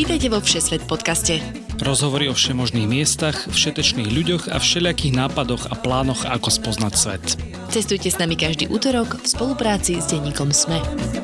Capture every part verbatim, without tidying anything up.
Vítajte vo Všesvet podcaste. Rozhovory o všemožných miestach, všetečných ľuďoch a všelijakých nápadoch a plánoch, ako spoznať svet. Cestujte s nami každý utorok v spolupráci s denníkom SME.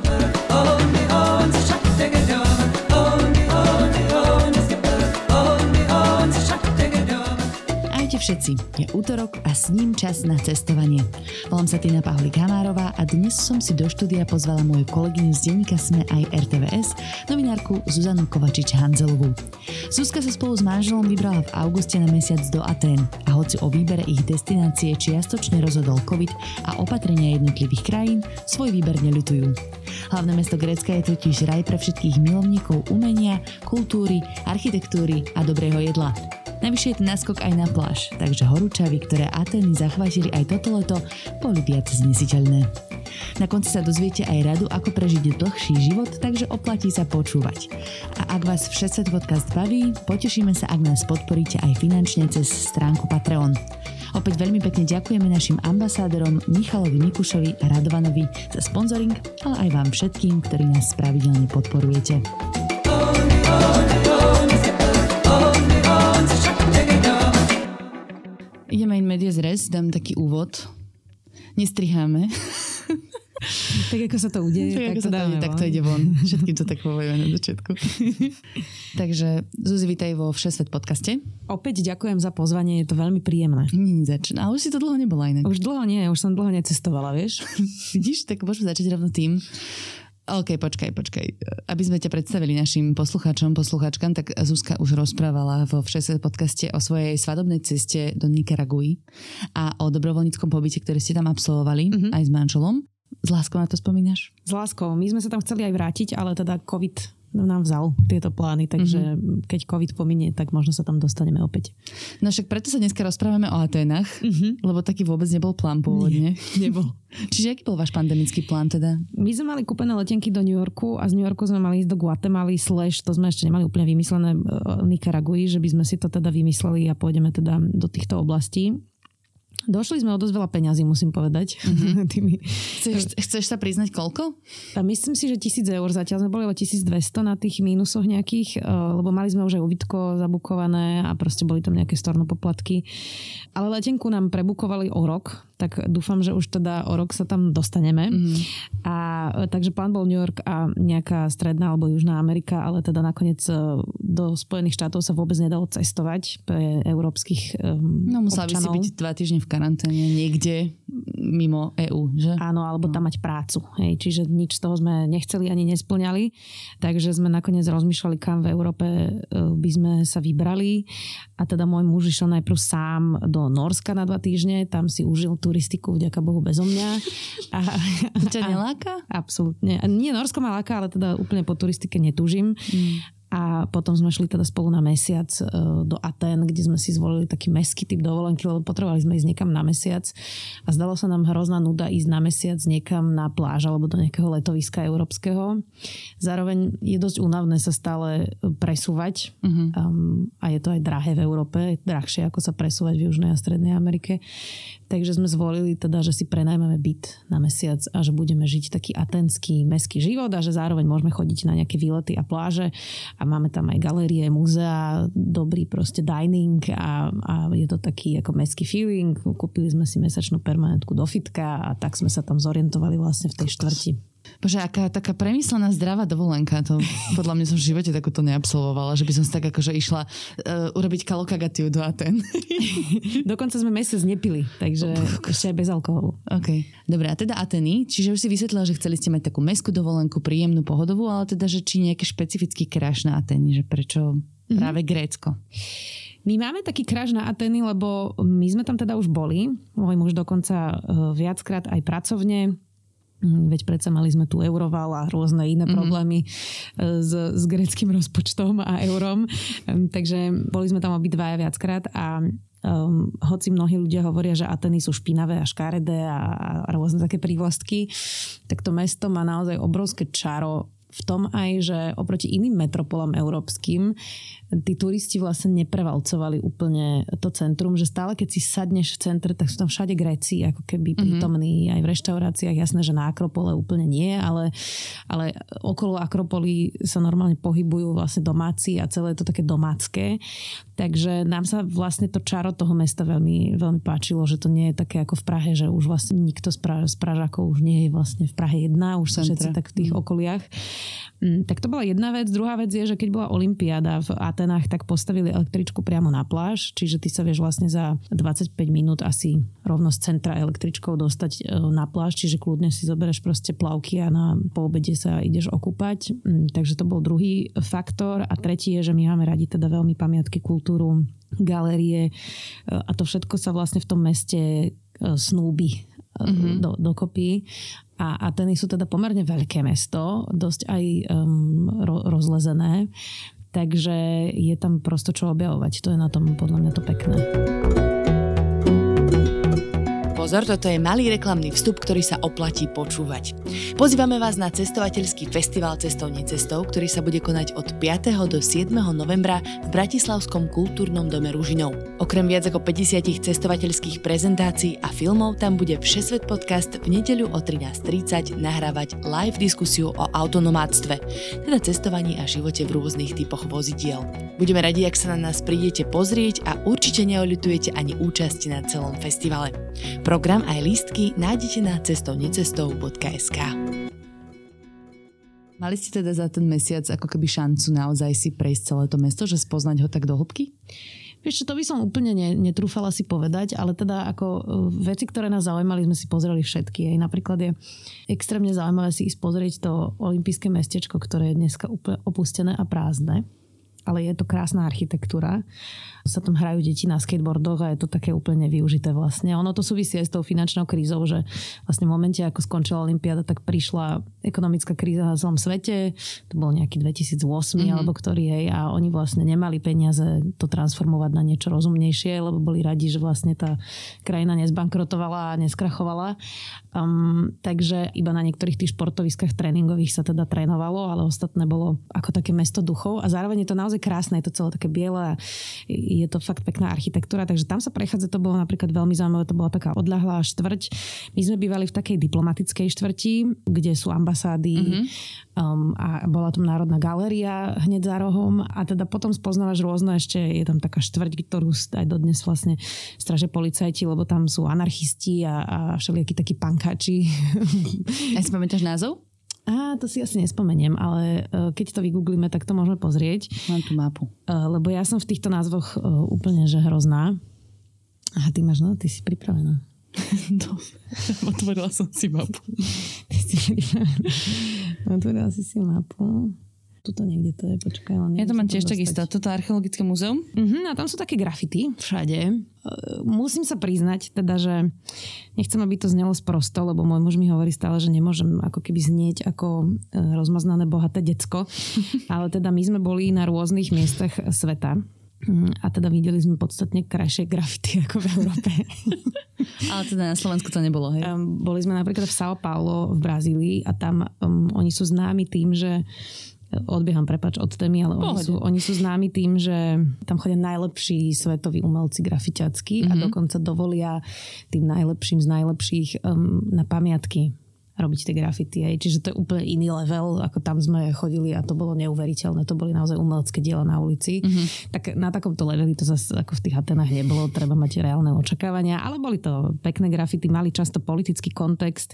Všetci, je útorok a s ním čas na cestovanie. Volám sa Tina Pavlík-Hamárová a dnes som si do štúdia pozvala moju kolegyňu z denníka SME aj er té vé es, novinárku Zuzanu Kovačič-Hanzelovú. Zuzka sa spolu s manželom vybrala v auguste na mesiac do Atén a hoci o výbere ich destinácie čiastočne rozhodol COVID a opatrenia jednotlivých krajín, svoj výber neľutujú. Hlavné mesto Grécka je totiž raj pre všetkých milovníkov umenia, kultúry, architektúry a dobrého jedla. Najvyššie je ten náskok aj na pláž, takže horúčavy, ktoré Atény zachvátili aj toto leto, boli viac znesiteľné. Na konci sa dozviete aj radu, ako prežiť dlhší život, takže oplatí sa počúvať. A ak vás Všesvet podcast baví, potešíme sa, ak nás podporíte aj finančne cez stránku Patreon. Opäť veľmi pekne ďakujeme našim ambasádorom Michalovi Mikušovi a Radovanovi za sponzoring, ale aj vám všetkým, ktorí nás pravidelne podporujete. Ideme in medias res, dám taký úvod. Nestriháme. Tak ako sa to udeje, tak, tak, to, dáme, tak to ide von. Všetkým to tak povieme na začiatku. Takže Zuzi, vítaj vo Všesvet podcaste. Opäť ďakujem za pozvanie, je to veľmi príjemné. Nie, začína. Ale už si to dlho nebola inak. Už dlho nie, už som dlho necestovala, vieš. Vidíš, tak môžeme začať rovno tým. OK, počkaj, počkaj. Aby sme ťa predstavili našim poslucháčom, poslucháčkam, tak Zuzka už rozprávala vo Všesvet podcaste o svojej svadobnej ceste do Nikaraguji a o dobrovoľníckom pobyte, ktoré ste tam absolvovali, mm-hmm. aj s manželom. S láskou na to spomínaš? S láskou. My sme sa tam chceli aj vrátiť, ale teda COVID nám vzal tieto plány, takže mm-hmm. keď COVID pominie, tak možno sa tam dostaneme opäť. No však preto sa dneska rozprávame o Aténach, mm-hmm. lebo taký vôbec nebol plán pôvodne. Nie, nebol. Čiže aký bol váš pandemický plán teda? My sme mali kúpené letenky do New Yorku a z New Yorku sme mali ísť do Guatemaly slash, to sme ešte nemali úplne vymyslené Nikaragui, že by sme si to teda vymysleli a pôjdeme teda do týchto oblastí. Došli sme o dosť veľa peňazí, musím povedať. Mm-hmm. Tými... Chceš, chceš sa priznať koľko? A myslím si, že tisíc eur. Zatiaľ sme boli o tisícdvesto na tých mínusoch nejakých, lebo mali sme už aj ubytko zabukované a proste boli tam nejaké stornopoplatky. Ale letenku nám prebukovali o rok, tak dúfam, že už teda o rok sa tam dostaneme. Mm-hmm. A takže plán bol New York a nejaká stredná alebo južná Amerika, ale teda nakoniec do Spojených štátov sa vôbec nedalo cestovať pre európskych um, no, musela občanov. by si byť dva týždne v karanténe niekde mimo EÚ, že? Áno, alebo no. tam mať prácu. Hej. Čiže nič z toho sme nechceli ani nesplňali. Takže sme nakoniec rozmýšľali, kam v Európe by sme sa vybrali. A teda môj muž išiel najprv sám do Nórska na dva týždne. Tam si užil turistiku, vďaka Bohu, bezo mňa. A, to ťa neláka? Absolútne. Nie, Nórsko ma láka, ale teda úplne po turistike netúžim. Mm. A potom sme šli teda spolu na mesiac do Atén, kde sme si zvolili taký mestský typ dovolenky, lebo potrebovali sme ísť niekam na mesiac. A zdalo sa nám hrozná nuda ísť na mesiac niekam na pláž alebo do nejakého letoviska európskeho. Zároveň je dosť únavné sa stále presúvať. Uh-huh. Um, a je to aj drahé v Európe. Je drahšie ako sa presúvať v Južnej a Strednej Amerike. Takže sme zvolili teda, že si prenajmeme byt na mesiac a že budeme žiť taký aténsky mestský život a že zároveň môžeme chodiť na nejaké výlety a pláže. A máme tam aj galérie, múzea, dobrý proste dining a, a je to taký ako mestský feeling. Kúpili sme si mesačnú permanentku do fitka a tak sme sa tam zorientovali vlastne v tej štvrti. Bože, aká taká premyslená zdravá dovolenka, to podľa mňa som v živote takúto neabsolvovala, že by som si tak akože išla uh, urobiť kalokagatiu do Atén. Dokonca sme mesiac nepili, takže ešte aj bez alkoholu. OK. Dobre, a teda Atény, čiže už si vysvetlila, že chceli ste mať takú mestskú dovolenku, príjemnú, pohodovú, ale teda, že či nejaký špecifický crush na Atény, že prečo mm-hmm. práve Grécko? My máme taký crush na Atény, lebo my sme tam teda už boli. Môj muž dokonca viackrát aj pracovne. Veď predsa mali sme tu euroval a rôzne iné mm-hmm. problémy s, s gréckym rozpočtom a eurom. Takže boli sme tam obidvaja viackrát a um, hoci mnohí ľudia hovoria, že Atény sú špinavé a škaredé a, a rôzne také prívlastky, tak to mesto má naozaj obrovské čaro v tom aj, že oproti iným metropolám európskym tí turisti vlastne neprevalcovali úplne to centrum, že stále keď si sadneš v centre, tak sú tam všade Gréci ako keby prítomní, mm-hmm. aj v reštauráciách. Jasné, že na Akropole úplne nie, ale, ale okolo Akropoly sa normálne pohybujú vlastne domáci a celé je to také domácké. Takže nám sa vlastne to čaro toho mesta veľmi, veľmi páčilo, že to nie je také ako v Prahe, že už vlastne nikto z, pra, z Pražákov už nie je vlastne v Prahe jedna, už sú všetci tak v tých mm. okoliach. Mm, tak to bola jedna vec. Druhá vec je, že keď bola olympiáda v Atenách, tak postavili električku priamo na pláž, čiže ty sa vieš vlastne za dvadsaťpäť minút asi rovno z centra električkou dostať na pláž, čiže kľudne si zoberieš proste plavky a na po obede sa ideš okúpať. Mm, takže to bol druhý faktor. A tretí je, že my máme radi teda veľmi pamiatky, kultúru, galérie a to všetko sa vlastne v tom meste snúbi mm-hmm. do, dokopy. A Ateny sú teda pomerne veľké mesto, dosť aj um, ro, rozlezené, takže je tam prosto čo objavovať. To je na tom podľa mňa to pekné. Pozor, toto je malý reklamný vstup, ktorý sa oplatí počúvať. Pozývame vás na cestovateľský festival Cestou necestou, ktorý sa bude konať od piateho do siedmeho novembra v Bratislavskom kultúrnom dome Ružinov. Okrem viac ako päťdesiat cestovateľských prezentácií a filmov tam bude Všesvet podcast v nedeľu o trinásť tridsať nahrávať live diskusiu o autonomádstve, teda cestovaní a živote v rôznych typoch vozidiel. Budeme radi, ak sa na nás prídete pozrieť a určite neoľutujete ani účasť na celom festivale. Program aj lístky nájdete na cestou necestou bodka es ká. Mali ste teda za ten mesiac ako keby šancu naozaj si prejsť celé to mesto, že spoznať ho tak do hĺbky? Vieš čo, to by som úplne ne, netrúfala si povedať, ale teda ako veci, ktoré nás zaujímali, sme si pozreli všetky. Aj napríklad je extrémne zaujímavé si ísť pozrieť to olympijské mestečko, ktoré je dneska úplne opustené a prázdne. Ale je to krásna architektúra. Sa tam hrajú deti na skateboardoch a je to také úplne nevyužité vlastne. Ono to súvisí aj s tou finančnou krízou, že vlastne v momente, ako skončila olympiáda, tak prišla ekonomická kríza na celom svete. To bol nejaký dvetisícosem mm-hmm. alebo ktorý hej, a oni vlastne nemali peniaze to transformovať na niečo rozumnejšie, lebo boli radi, že vlastne tá krajina nezbankrotovala a neskrachovala. Um, takže iba na niektorých tých športoviskách tréningových sa teda trénovalo, ale ostatné bolo ako také mesto duchov a zároveň je to naozaj krásne, je to celé také biele a je to fakt pekná architektúra, takže tam sa prechádza, to bolo napríklad veľmi zaujímavé, to bola taká odľahlá štvrť. My sme bývali v takej diplomatickej štvrti, kde sú ambasády mm-hmm. um, a bola tam Národná galéria hneď za rohom a teda potom spoznávaš rôzne, ešte je tam taká štvrť, ktorú aj dodnes vlastne stražia policajti, lebo tam sú anarchisti a, a všelijakí takí pankáči. A si pamätáš názov? Á, to si asi nespomeniem, ale uh, keď to vygooglíme, tak to môžeme pozrieť. Mám tu mapu. Uh, lebo ja som v týchto názvoch uh, úplne že hrozná. Aha, ty máš, no, ty si pripravená. No, otvorila som si mapu. Ty si pripravená. Otvorila si si mapu. Tuto niekde to je, počkaj. Ja to mám tiež takisto. Toto archeologické múzeum. Uh-huh, a tam sú také grafity všade. Musím sa priznať, teda, že nechcem, aby to znelo sprosto, lebo môj muž mi hovorí stále, že nemôžem ako keby znieť ako rozmaznané bohaté decko. Ale teda my sme boli na rôznych miestach sveta. A teda videli sme podstatne krajšie grafity ako v Európe. Ale teda na Slovensku to nebolo, hej? Um, boli sme napríklad v São Paulo v Brazílii a tam um, oni sú známi tým, že odbieham, prepáč, od témy, ale oni sú, oni sú známi tým, že tam chodia najlepší svetoví umelci grafiťackí mm-hmm. a dokonca dovolia tým najlepším z najlepších um, na pamiatky robiť tie grafity. Hej. Čiže to je úplne iný level, ako tam sme chodili a to bolo neuveriteľné. To boli naozaj umelecké diela na ulici. Mm-hmm. Tak na takomto leveli to zase ako v tých Atenách nebolo. Treba mať reálne očakávania, ale boli to pekné grafity, mali často politický kontext.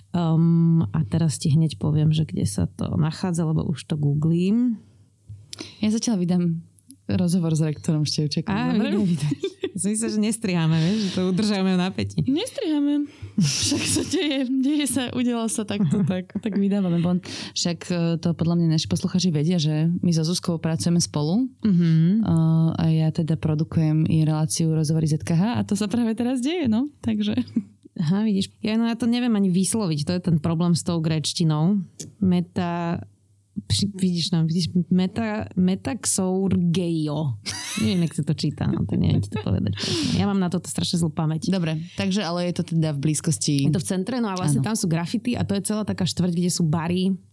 Um, a teraz ti hneď poviem, že kde sa to nachádza, lebo už to googlím. Ja zatiaľ vydám rozhovor s rektorom Števčekom. Á, vydám, vydám. Som myslela, že nestriháme, vieš, že to udržajeme v napätí. Nestriháme. Však sa deje, deje sa, udialo sa takto, tak, tak vydávame. Bon. Však to podľa mňa naši posluchači vedia, že my so Zuzkou pracujeme spolu mm-hmm. a ja teda produkujem i reláciu Rozhovory zet ká há a to sa práve teraz deje, no, takže... Aha, vidíš. Ja, no, ja to neviem ani vysloviť, to je ten problém s tou gréčtinou. Meta... Vidíš, no, vidíš, meta, metaxourgeio. Neviem, jak sa to číta, no to neviem ti to povedať. Ja mám na toto strašne zlú pamäť. Dobre, takže ale je to teda v blízkosti... Je to v centre, no a vlastne ano. Tam sú grafity a to je celá taká štvrť, kde sú bary,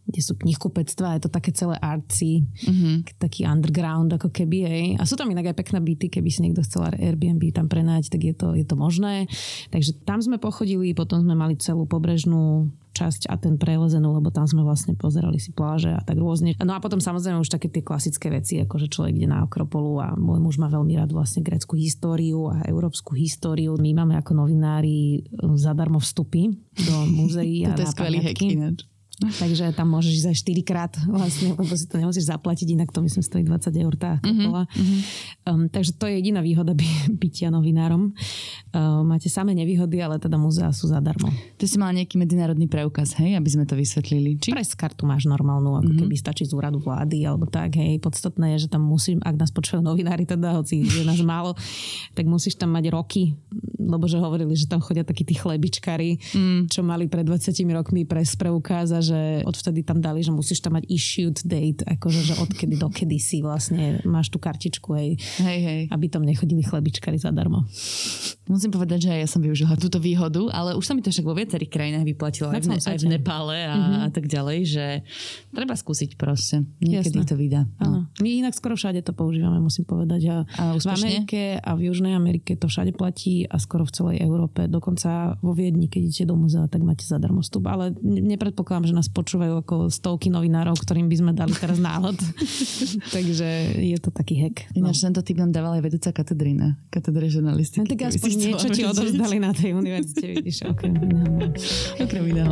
kde sú knihkupectvá, je to také celé artsy, Mm-hmm. taký underground ako keby, hej. A sú tam inak aj pekné byty, keby si niekto chcel Airbnb tam prenajať, tak je to, je to možné. Takže tam sme pochodili, potom sme mali celú pobrežnú časť a ten prelezenú, lebo tam sme vlastne pozerali si pláže a tak rôzne. No a potom samozrejme už také tie klasické veci, ako že človek ide na Akropolu a môj muž má veľmi rád vlastne grécku históriu a európsku históriu. My máme ako novinári zadarmo vstupy do múzeí a to je na skvelý hack ináč. Takže tam môžeš ísť aj štyrikrát vlastne, lebo si to nemusíš zaplatiť, inak to myslím stojí dvadsať eur tá Akropola. Mm-hmm. Um, takže to je jediná výhoda by, bytia novinárom. Um, máte samé nevýhody, ale teda múzea sú zadarmo. To si mal nejaký medzinárodný preukaz, hej, aby sme to vysvetlili. Či? Pres kartu máš normálnu, ako mm-hmm. keby stačí z úradu vlády, alebo tak, hej. Podstatné je, že tam musím, ak nás počúvajú novinári, teda hoci je nás málo, tak musíš tam mať roky, lebo že hovorili, že tam chodia takí tí chlebičkári, mm. čo mali pred dvadsiatimi rokmi pres preukáza, že odvtedy tam dali, že musíš tam mať issued date, akože že odkedy dokedy si vlastne máš tú kartičku, hej, hej, hej. aby tam nechodili chlebičkári zadarmo. Musím povedať, že ja som využila túto výhodu, ale už sa mi to však vo viacerých krajinách vyplatilo, aj v, ne, aj v Nepále a, mm-hmm. a tak ďalej, že treba skúsiť proste. Niekedy Jasné. to vydá. No. My inak skoro všade to používame, musím povedať. A, a v Amerike a v Južnej Amerike to všade platí a skoro v celej Európe. Dokonca vo Viedni, keď idete do muzea, tak máte zadarmo vstup. Ale nepredpokladám, že nás počúvajú ako stovky novinárov, ktorým by sme dali teraz náhod. Takže je to taký hack. Ináč no. Tento typ nám dávala aj vedúca katedry na katedre žurnalistiky. No, tak aspoň niečo ti odovzdali na tej univerzite, vidíš, okrem iného. Okrem iného.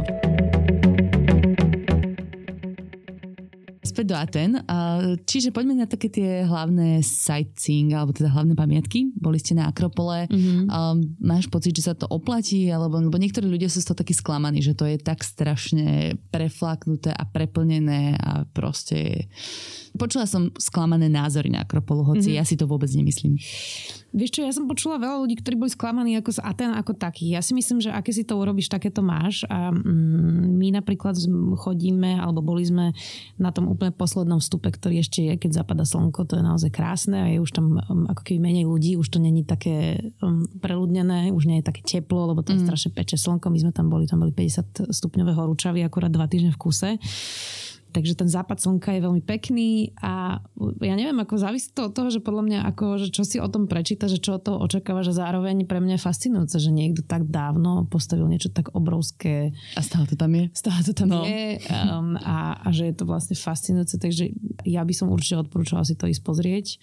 Späť do Aten. Čiže poďme na také tie hlavné sightseeing, alebo teda hlavné pamiatky. Boli ste na Akropole. Mm-hmm. Máš pocit, že sa to oplatí? Alebo, lebo niektorí ľudia sú z toho takí sklamaní, že to je tak strašne preflaknuté a preplnené a proste... Počula som sklamané názory na Akropolu, hoci mm-hmm. ja si to vôbec nemyslím. Vieš čo, ja som počula veľa ľudí, ktorí boli sklamaní ako z Aten ako taký. Ja si myslím, že aké si to urobíš, také to máš. A mm, my napríklad chodíme, alebo boli sme na tom úplne poslednom vstupe, ktorý ešte je, keď zapadá slnko, to je naozaj krásne a je už tam um, ako keby menej ľudí, už to není také um, preľudnené, už nie je také teplo, lebo to mm. strašne peče slnko. My sme tam boli, tam boli päťdesiat stupňové horúčavy akurát dva týždne v kuse. Takže ten západ slnka je veľmi pekný a ja neviem, ako závisí to od toho, že podľa mňa, ako, že čo si o tom prečíta, že čo o to očakáva, že zároveň pre mňa je fascinujúce, že niekto tak dávno postavil niečo tak obrovské. A stále to tam je. Stále to tam no. je um, a, a že je to vlastne fascinujúce, takže ja by som určite odporúčala si to ísť pozrieť.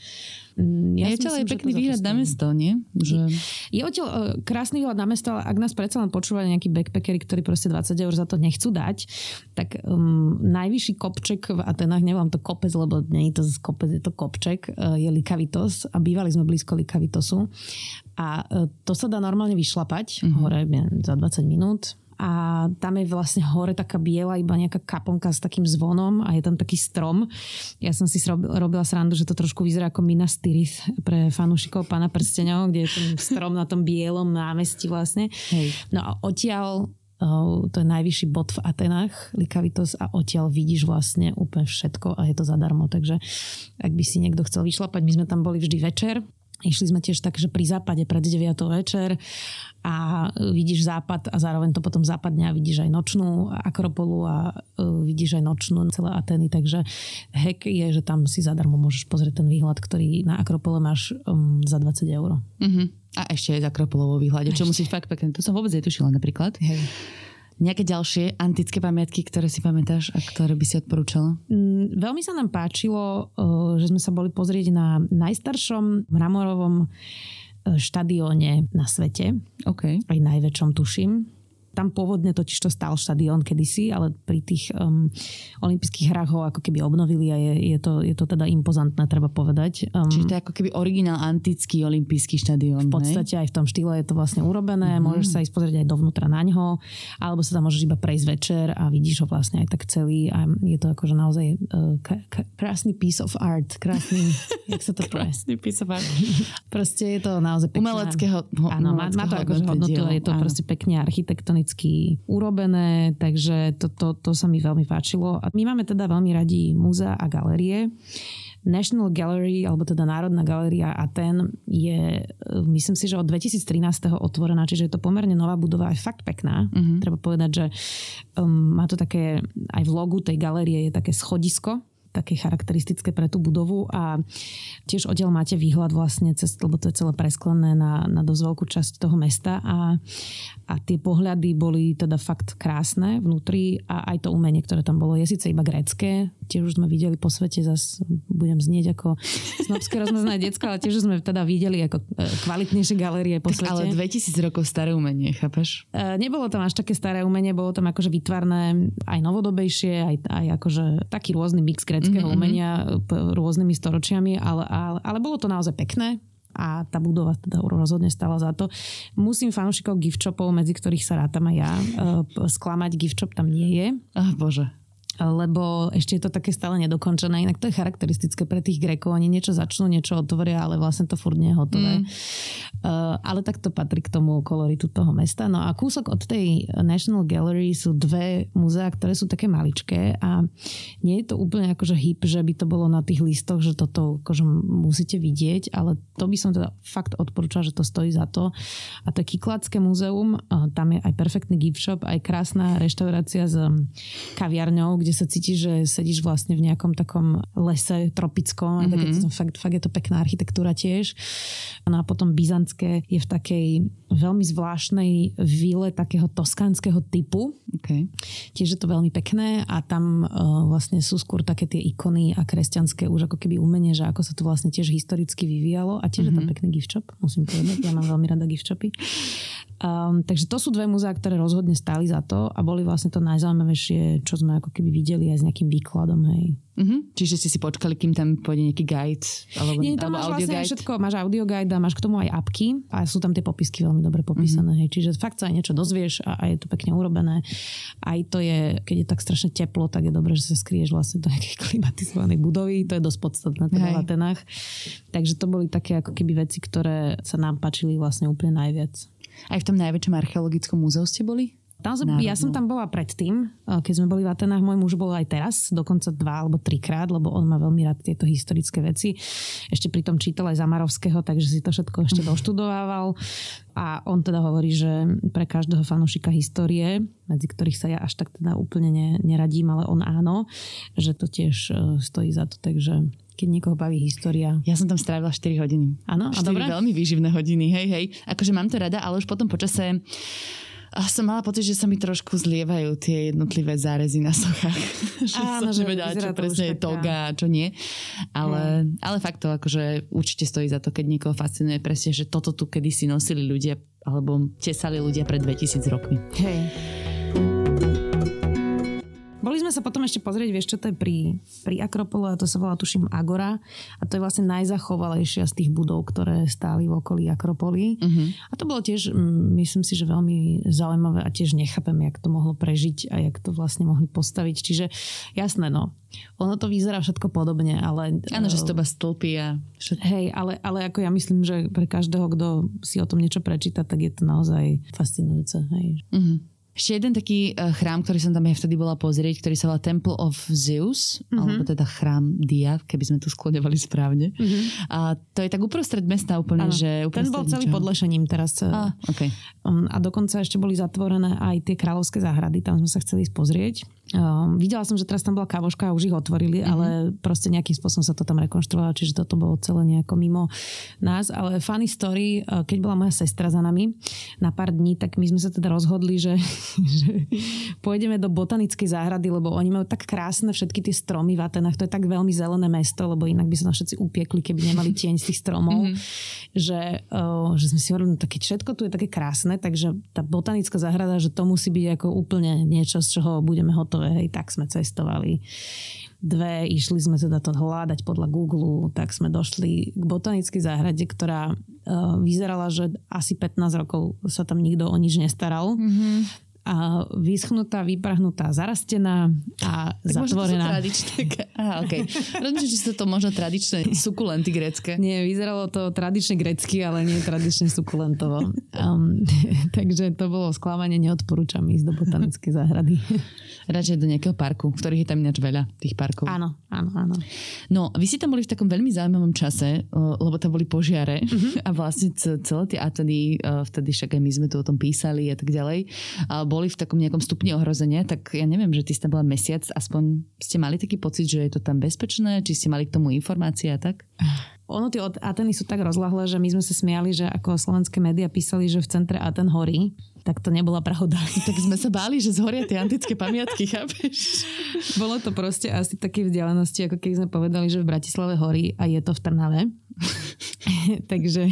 Ja je to je pekný výhľad na mesto, nie? Že... Je odtiaľ uh, krásny výhľad na mesto, ale ak nás predsa len počúvali nejakí backpackeri, ktorí proste dvadsať eur za to nechcú dať, tak um, najvyšší kopček v Atenách, nevolám to kopec, lebo nie je to kopec, je to kopček, je Likavitos a bývali sme blízko Likavitosu a to sa dá normálne vyšlapať mm-hmm. hore za dvadsať minút a tam je vlastne hore taká biela iba nejaká kaponka s takým zvonom a je tam taký strom. Ja som si robila srandu, že to trošku vyzerá ako Minas Tirith pre fanúšikov Pána prsteňov, kde je ten strom na tom bielom námestí vlastne. Hej. No a odtiaľ Uh, to je najvyšší bod v Atenách, Likavitos, a odtiaľ vidíš vlastne úplne všetko a je to zadarmo. Takže ak by si niekto chcel vyšlapať, my sme tam boli vždy večer. Išli sme tiež tak, že pri západe pred deviatou večer a vidíš západ a zároveň to potom západne a vidíš aj nočnú Akropolu a uh, vidíš aj nočnú celé Ateny. Takže hack je, že tam si zadarmo môžeš pozrieť ten výhľad, ktorý na Akropole máš um, za dvadsať eur. Mhm. A ešte aj za Akropolovo výhľade, čo musíš fakt pekne. To som vôbec netušila napríklad. Hej. Nejaké ďalšie antické pamiatky, ktoré si pamätáš a ktoré by si odporúčala? Mm, veľmi sa nám páčilo, že sme sa boli pozrieť na najstaršom mramorovom štadióne na svete. Okay. Aj najväčšom, tuším. Tam pôvodne totiž to stál štadión kedysi, ale pri tých um, olympijských hrách ho ako keby obnovili a je, je, to, je to teda impozantné, treba povedať. Um, Čiže to je ako keby originál antický olympijský štadión. V podstate aj v tom štýle je to vlastne urobené. Mm-hmm. Môžeš sa ísť pozrieť aj dovnútra na ňo, alebo sa tam môžeš iba prejsť večer a vidíš ho vlastne aj tak celý a je to akože naozaj uh, k- k- krásny piece of art. Krásny, jak sa to krásny piece of art. Proste je to naozaj pekná. Umeleckého Áno, má, má to akože hodnotu, je to áno. Proste pekne architektonicky urobené, takže to, to, to sa mi veľmi páčilo. A my máme teda veľmi radi múzea a galérie. National Gallery, alebo teda Národná galéria Aten je, myslím si, že od dvetisíctrinásť otvorená, čiže je to pomerne nová budova, aj fakt pekná. Mm-hmm. Treba povedať, že um, má to také, aj v logu tej galérie je také schodisko, také charakteristické pre tú budovu a tiež odtiaľ máte výhľad vlastne cez, lebo to je celé presklené na, na dosť veľkú časť toho mesta a, a tie pohľady boli teda fakt krásne vnútri a aj to umenie, ktoré tam bolo, je síce iba grécke, tiež už sme videli po svete, zase budem znieť ako snobské rozmaznané decko, ale tiež sme teda videli ako kvalitnejšie galérie po tak svete. Ale dvetisíc rokov staré umenie, chápeš? E, nebolo tam až také staré umenie, bolo tam akože vytvarné aj novodobejšie, aj, aj akože taký rôzny mix gréckého mm-hmm. umenia rôznymi storočiami, ale, ale, ale bolo to naozaj pekné a tá budova teda rozhodne stála za to. Musím fanúšikov gift shopov, medzi ktorých sa rátam aj ja, sklamať, gift shop tam nie je. Ach, bože. Lebo ešte je to také stále nedokončené. Inak to je charakteristické pre tých Grékov. Oni niečo začnú, niečo otvoria, ale vlastne to furt nie je hotové. Mm. Uh, ale tak to patrí k tomu koloritu toho mesta. No a kúsok od tej National Gallery sú dve múzea, ktoré sú také maličké a nie je to úplne akože hip, že by to bolo na tých listoch, že toto akože musíte vidieť, ale to by som teda fakt odporúčala, že to stojí za to. A to je Kikladské múzeum. Uh, tam je aj perfektný gift shop, aj krásna reštaurácia s kaviarňou, kde sa cítiš, že sedíš vlastne v nejakom takom lese tropickom. Mm-hmm. Také, fakt, fakt je to pekná architektúra tiež. No a potom byzantské je v takej veľmi zvláštnej vile takého toskánskeho typu. Okay. Tiež je to veľmi pekné a tam uh, vlastne sú skôr také tie ikony a kresťanské už ako keby umenie, že ako sa to vlastne tiež historicky vyvíjalo a tiež mm-hmm. je tam pekný gift shop, musím povedať. Ja mám veľmi rada gift shopy. Um, takže to sú dve múzea, ktoré rozhodne stáli za to a boli vlastne to najzaujímavejšie, čo sme ako keby videli aj s nejakým výkladom, hej. Uh-huh. Čiže ste si počkali, kým tam pôjde nejaký guide? Alebo, Nie, tam alebo máš audio vlastne guide? všetko, máš audio guide a máš k tomu aj apky a sú tam tie popisky veľmi dobre popísané, uh-huh. hej. Čiže fakt sa aj niečo dozvieš a, a je to pekne urobené. Aj to je, keď je tak strašne teplo, tak je dobré, že sa skrieš vlastne do nejakej klimatizovanej budovy. To je dosť podstatné teda v Atenách. Takže to boli také ako keby veci, ktoré sa nám páčili vlastne úplne najviac. Aj v tom najväčšom archeologickom múzeu ste boli? Tam som, ja som tam bola predtým, keď sme boli v Atenách. Môj muž bol aj teraz, dokonca dva alebo trikrát, lebo on má veľmi rád tieto historické veci. Ešte pritom čítal aj Zamarovského, takže si to všetko ešte doštudovával. A on teda hovorí, že pre každého fanúšika histórie, medzi ktorých sa ja až tak teda úplne ne, neradím, ale on áno, že to tiež stojí za to, takže keď niekoho baví história. Ja som tam strávila štyri hodiny. Áno, a dobre? veľmi výživné hodiny, hej, hej. Akože mám to rada, ale už potom počase a som mala pocit, že sa mi trošku zlievajú tie jednotlivé zárezy na sochách. že Áno, som že nevedela, čo presne je taká. toga a čo nie. Ale, hmm. ale fakt to akože určite stojí za to, keď niekoho fascinuje presne, že toto tu kedysi nosili ľudia alebo tesali ľudia pred dvetisíc rokmi. Hej. Boli sme sa potom ešte pozrieť, vieš, čo to je pri, pri Akropole, a to sa volá, tuším, Agora. A to je vlastne najzachovalejšia z tých budov, ktoré stáli v okolí Akropoly. Uh-huh. A to bolo tiež, myslím si, že veľmi zaujímavé a tiež nechápem, jak to mohlo prežiť a jak to vlastne mohli postaviť. Čiže jasné, no. Ono to vyzerá všetko podobne, ale... Áno, že to iba stĺpy a... Hej, ale, ale ako ja myslím, že pre každého, kto si o tom niečo prečíta, tak je to naozaj fascinujúce. Hej. Uh-huh. Ešte jeden taký uh, chrám, ktorý som tam aj vtedy bola pozrieť, ktorý sa volá Temple of Zeus, mm-hmm. alebo teda chrám Dia, keby sme to skloňovali správne. Mm-hmm. A to je tak uprostred mesta úplne, ano. Že... Ten bol celý pod lešením teraz. A, okay. um, a dokonca ešte boli zatvorené aj tie kráľovské záhrady, tam sme sa chceli ísť pozrieť. Um, videla som, že teraz tam bola kávoška a už ich otvorili, mm-hmm. ale proste nejakým spôsobom sa to tam rekonštruovalo, čiže toto bolo celé nejako mimo nás. Ale funny story, keď bola moja sestra za nami na pár dní, tak my sme sa teda rozhodli, že že pôjdeme do botanickej záhrady, lebo oni majú tak krásne všetky tie stromy v Atenách. To je tak veľmi zelené mesto, lebo inak by sa tam všetci upiekli, keby nemali tieň z tých stromov. Mm-hmm. Že, uh, že sme si hovorili, no také všetko tu je také krásne, takže tá botanická záhrada, že to musí byť ako úplne niečo, z čoho budeme hotové. Hej, tak sme cestovali. Dve, išli sme teda to hľadať podľa Google, tak sme došli k botanickej záhrade, ktorá uh, vyzerala, že asi pätnásť rokov sa tam nikto o nič nestaral. Mm-hmm. a vyschnutá, vyprahnutá, zarastená a tak zatvorená. Tradičné. Aha, okej. Okay. Rozumiem, že sú to možno tradičné sukulenty grécke. Nie, vyzeralo to tradične grécky, ale nie tradične sukulentovo. Um, takže to bolo sklamanie, neodporúčam ísť do botanickej záhrady. Radšej do nejakého parku, ktorých je tam ináč veľa, tých parkov. Áno, áno, áno. No, vy ste tam boli v takom veľmi zaujímavom čase, lebo tam boli požiare uh-huh. a vlastne celé tie Ateny, vtedy však aj my sme tu o tom písali a tak ďalej, a boli v takom nejakom stupni ohrozenia, tak ja neviem, že ty ste bola mesiac, aspoň ste mali taký pocit, že je to tam bezpečné, či ste mali k tomu informácie a tak? Ono, tie Ateny sú tak rozľahlé, že my sme sa smiali, že ako slovenské médiá písali, že v centre Aten horí, tak to nebola pravda. Tak sme sa báli, že zhoria tie antické pamiatky, chápeš? Bolo to proste asi také vzdialenosti, ako keď sme povedali, že v Bratislave horí a je to v Trnave. Takže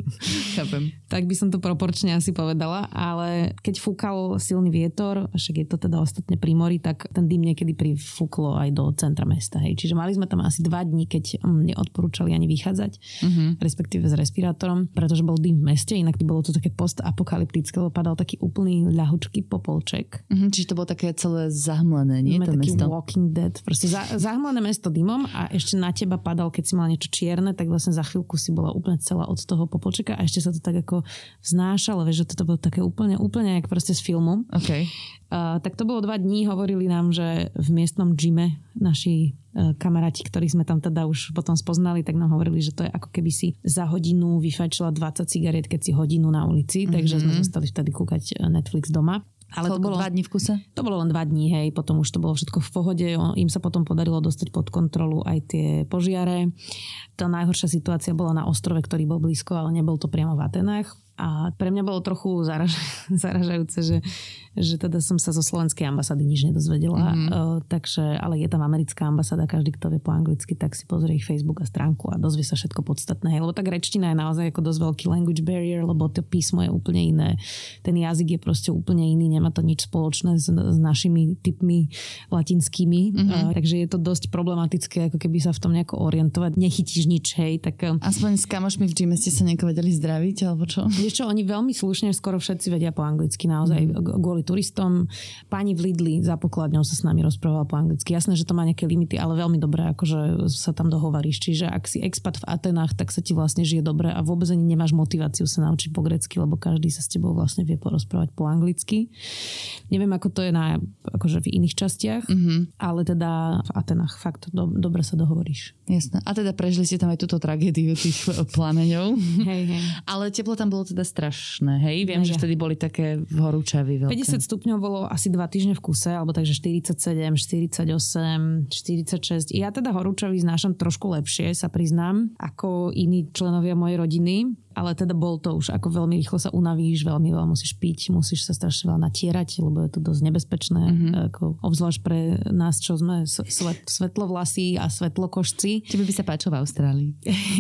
chápem. Tak by som to proporčne asi povedala, ale keď fúkal silný vietor, však je to teda ostatne pri mori, tak ten dym niekedy prifúklo aj do centra mesta. Hej. Čiže mali sme tam asi dva dní, keď neodporúčali ani vychádzať, uh-huh. respektíve s respirátorom, pretože bol dym v meste, inak bolo to také postapokalyptické, lebo padal taký úplný ľahučký popolček. Uh-huh, čiže to bolo také celé zahmlené, nie? To taký mesto? Walking Dead. Proste za, zahmlené mesto dymom a ešte na teba padal, keď si mala niečo čierne, tak vlastne za chvíľku si bola úplne celá od toho popolčeka a ešte sa to tak ako vznášalo, vieš, že toto bolo také úplne, úplne jak proste z filmu. Okay. Uh, tak to bolo dva dní, hovorili nám, že v miestnom gyme naši uh, kamaráti, ktorých sme tam teda už potom spoznali, tak nám hovorili, že to je ako keby si za hodinu vyfajčila dvadsať cigariet, keď si hodinu na ulici, mm-hmm. takže sme zostali vtedy kúkať Netflix doma. Ale to bolo dva dní v kuse? To bolo len dva dní, hej, potom už to bolo všetko v pohode, im sa potom podarilo dostať pod kontrolu aj tie požiare. Tá najhoršia situácia bola na ostrove, ktorý bol blízko, ale nebol to priamo v Atenách. A pre mňa bolo trochu zaraž- zaražajúce, že, že teda som sa zo slovenskej ambasády nič nedozvedela. Mm-hmm. Uh, takže, ale je tam americká ambasáda, každý, kto vie po anglicky, tak si pozrie ich Facebook a stránku a dozvie sa všetko podstatné. Lebo tá gréčtina je naozaj ako dosť veľký language barrier, lebo to písmo je úplne iné. Ten jazyk je proste úplne iný, nemá to nič spoločné s, s našimi typmi latinskými. Mm-hmm. Uh, takže je to dosť problematické, ako keby sa v tom nejako orientovať. Nechytíš nič, hej. Tak, uh, aspoň s kamošmi v gyme ste sa nejako vedeli zdraviť, alebo čo? Čo, oni veľmi slušne, skoro všetci vedia po anglicky, naozaj mm. kvôli turistom. Pani v Lidli za pokladňou sa s nami rozprávala po anglicky. Jasné, že to má nejaké limity, ale veľmi dobré, akože sa tam dohovaríš. Čiže ak si expat v Atenách, tak sa ti vlastne žije dobre a vôbec ani nemáš motiváciu sa naučiť po grécky, lebo každý sa s tebou vlastne vie porozprávať po anglicky. Neviem, ako to je na, akože v iných častiach, mm-hmm. ale teda v Atenách fakt do, dobre sa dohovoríš. Jasné. A teda prežili ste tam aj túto tragédiu tých plameňov. Hej, hej. Ale teplo tam bolo teda strašné, hej? Viem, ja, že vtedy boli také horúčavy veľké. päťdesiat stupňov bolo asi dva týždne v kuse, alebo takže štyridsaťsedem, štyridsaťosem, štyridsaťšesť. Ja teda horúčavy znášam trošku lepšie, sa priznám, ako iní členovia mojej rodiny. Ale teda bol to už ako veľmi rýchlo sa unavíš, veľmi veľa musíš piť, musíš sa strašne veľa natierať, lebo je to dosť nebezpečné, mm-hmm. ako obzvlášť pre nás, čo sme svet, svetlovlasí a svetlokošci. Tebe by sa páčilo v Austrálii.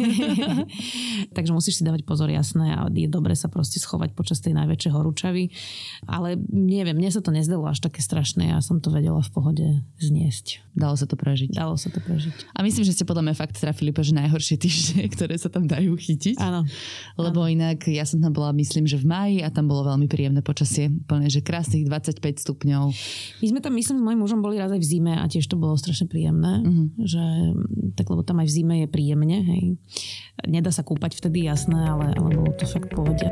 Takže musíš si dávať pozor, jasné, a je dobre sa proste schovať počas tej najväčšej horúčavy. Ale neviem, mne sa to nezdalo až také strašné, ja som to vedela v pohode zniesť. Dalo sa to prežiť. Dalo sa to prežiť. A myslím, že ste podľa mňa fakt trafili že najhoršie týždne, ktoré sa tam dajú chytiť. Áno. Lebo ano. Inak ja som tam bola, myslím, že v máji a tam bolo veľmi príjemné počasie. Plne, že krásnych dvadsaťpäť stupňov. My sme tam, myslím, s mojím mužom boli raz aj v zime a tiež to bolo strašne príjemné. Uh-huh. Že, tak lebo tam aj v zime je príjemne. Hej. Nedá sa kúpať vtedy, jasné, ale, ale bolo to fakt pohodia.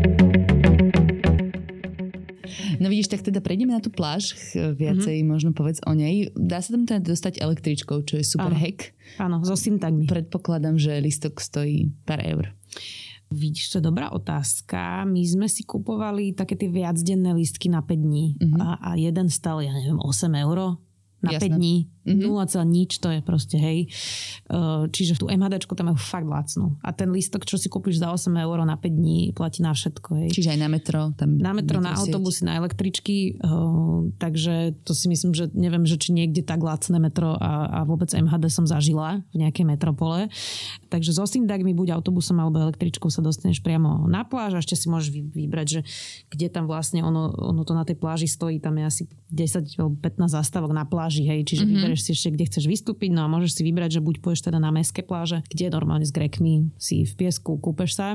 No vidíš, tak teda prejdeme na tú pláž, viacej mm-hmm. možno povedz o nej. Dá sa tam teda dostať električkou, čo je super hack. Áno, so syntagmi. Predpokladám, že listok stojí pár eur. Vidíš, to je dobrá otázka. My sme si kupovali také tie viacdenné lístky na päť dní mm-hmm. a, a jeden stal, ja neviem, osem eur na Jasné. päť dní. Mm-hmm. nula celá nič, to je proste, hej. Čiže tú MHDčku tam majú fakt lacnú. A ten lístok, čo si kúpiš za osem eur na päť dní, platí na všetko, hej. Čiže aj na metro? Tam na metro, na autobusy, na električky. Takže to si myslím, že neviem, že či niekde tak lacné metro a, a vôbec em há dé som zažila v nejakej metropole. Takže zo Syndagmi buď autobusom alebo električkou sa dostaneš priamo na pláž a ešte si môžeš vybrať, že kde tam vlastne ono, ono to na tej pláži stojí, tam je asi desať alebo pätnásť zastávok na pláži, hej. Čiže mm-hmm. vybereš si ešte, kde chceš vystúpiť, no a môžeš si vybrať, že buď pôjdeš teda na mestské pláže, kde normálne s Grékmi si v piesku kúpeš sa,